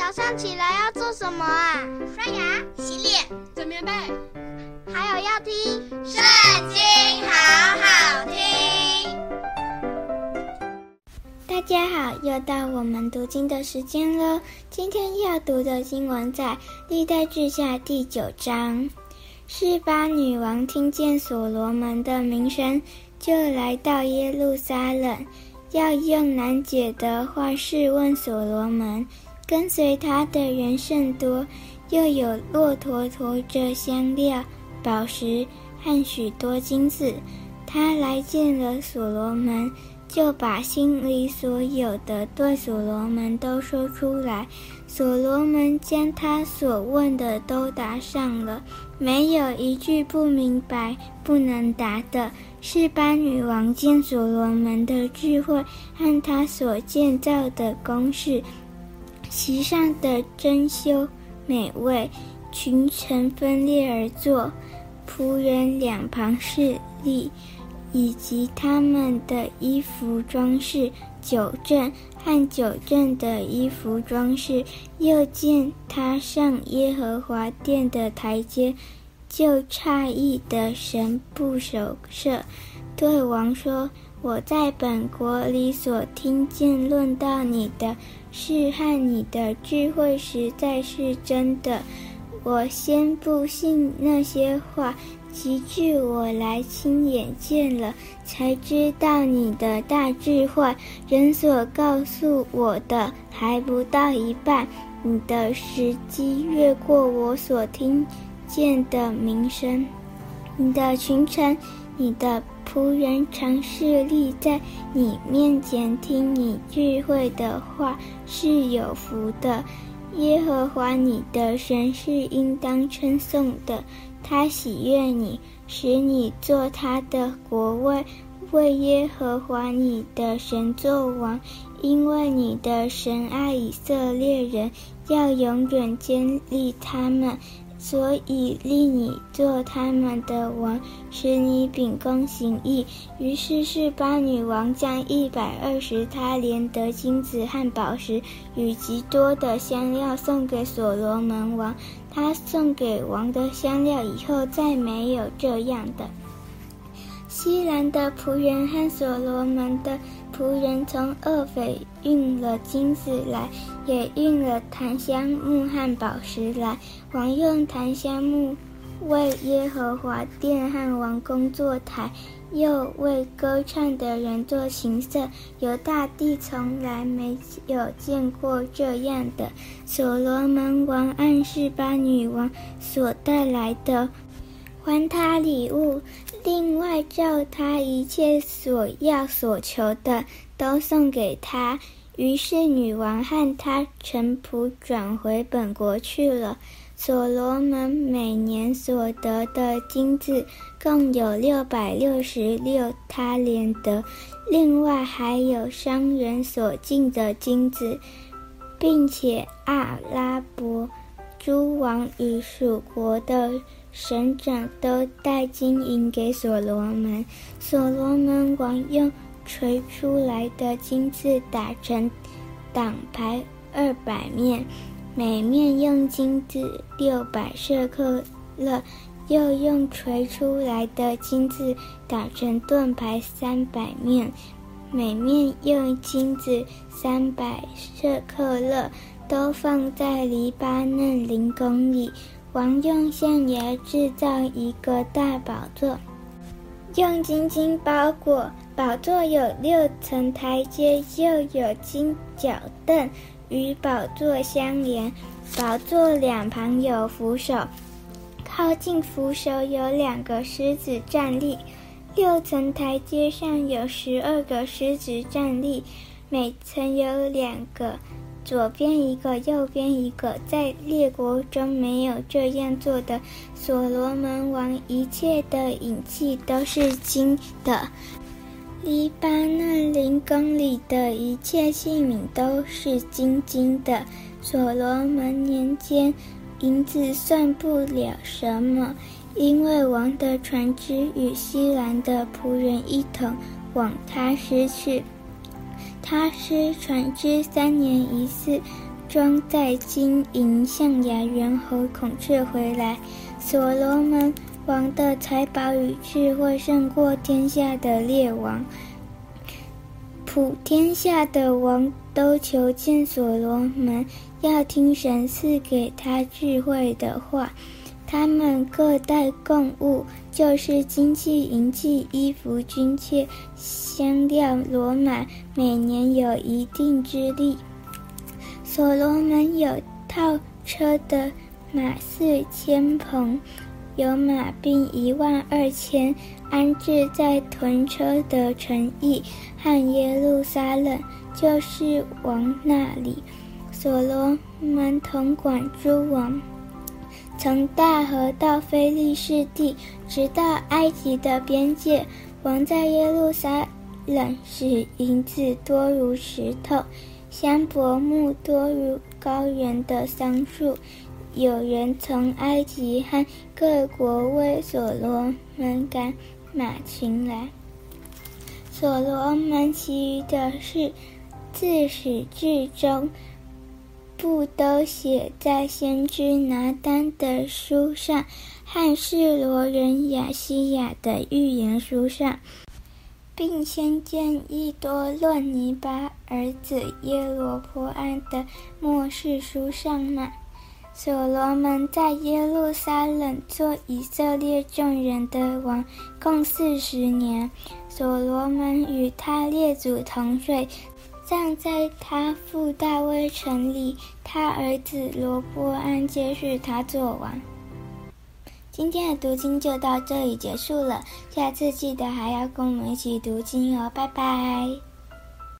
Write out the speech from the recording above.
早上起来要做什么啊？ 刷牙、洗脸、 整棉被， 还有要听 《圣经》，好好听。 大家好，又到我们读经的时间了。今天要读的经文在历代志下第9章。示巴女王听见所罗门的名声，就来到耶路撒冷，要用难解的话试问所罗门。跟随他的人甚多，又有骆驼驮着香料、宝石和许多金子。他来见了所罗门，就把心里所有的对所罗门都说出来。所罗门将他所问的都答上了，没有一句不明白不能答的。示巴女王见所罗门的智慧和他所建造的宫室，席上的珍馐美味，群臣分列而坐，仆人两旁侍立，以及他们的衣服装饰，酒政和酒政的衣服装饰。又见他上耶和华殿的台阶，就诧异的神不守舍，对王说：我在本国里所听见论到你的事和你的智慧实在是真的。我先不信那些话，及至我来亲眼见了，才知道你的大智慧。人所告诉我的还不到一半，你的时机越过我所听见的名声。你的群臣，你的仆人常侍立在你面前听你智慧的话，是有福的。耶和华你的神是应当称颂的，他喜悦你，使你做他的国位，为耶和华你的神作王。因为你的神爱以色列人，要永远坚立他们，所以立你做他们的王，使你秉公行义。于是示巴女王将120他连得金子和宝石与极多的香料送给所罗门王。他送给王的香料以后，再没有这样的。西兰的仆人和所罗门的仆人从厄斐运了金子来，也运了檀香木和宝石来。王用檀香木为耶和华殿和王宫做台，又为歌唱的人做琴瑟。犹大地从来没有见过这样的。所罗门王按示巴女王所带来的还他礼物，另外照他一切所要所求的都送给他。于是女王和他臣仆转回本国去了。所罗门每年所得的金子共有666他连得，另外还有商人所进的金子，并且阿拉伯诸王与属国的省长都带金银给所罗门。所罗门王用锤出来的金子打成挡牌200面，每面用金子600舍客勒，又用锤出来的金子打成盾牌300面，每面用金子300舍客勒，都放在黎巴嫩灵宫里。王用象牙制造一个大宝座，用金金包裹。宝座有6层台阶，又有金脚凳与宝座相连。宝座两旁有扶手，靠近扶手有2个狮子站立。6层台阶上有12个狮子站立，每层有2个，左边1个，右边1个。在列国中没有这样做的。所罗门王一切的引器都是金的。黎巴嫩灵宫里的一切器皿都是金的。所罗门年间，银子算不了什么，因为王的船只与西兰的仆人一同往他施去。他施船只3年一次， 装在金银象牙猿猴孔雀回来。所罗门王的财宝与智慧胜过天下的列王，普天下的王都求见所罗门，要听神赐给他智慧的话。他们各带贡物，就是金器、银器、衣服、军械、香料、骡马，每年有一定之例。所罗门有套车的马4000棚，有马兵12000，安置在屯车的城邑和耶路撒冷，就是王那里。所罗门统管诸王，从大河到非利士地，直到埃及的边界。王在耶路撒冷使银子多如石头，香柏木多如高原的桑树。有人从埃及和各国为所罗门赶马群来。所罗门其余的事，自始至终不都写在先知拿单的书上和示罗人亚西亚的预言书上，并先见伊多论尼巴儿子耶罗波安的末世书上吗？所罗门在耶路撒冷做以色列众人的王，共40年。所罗门与他列祖同睡，葬在他父大卫城里，他儿子罗波安接续他做王。今天的读经就到这里结束了，下次记得还要跟我们一起读经哦，拜拜。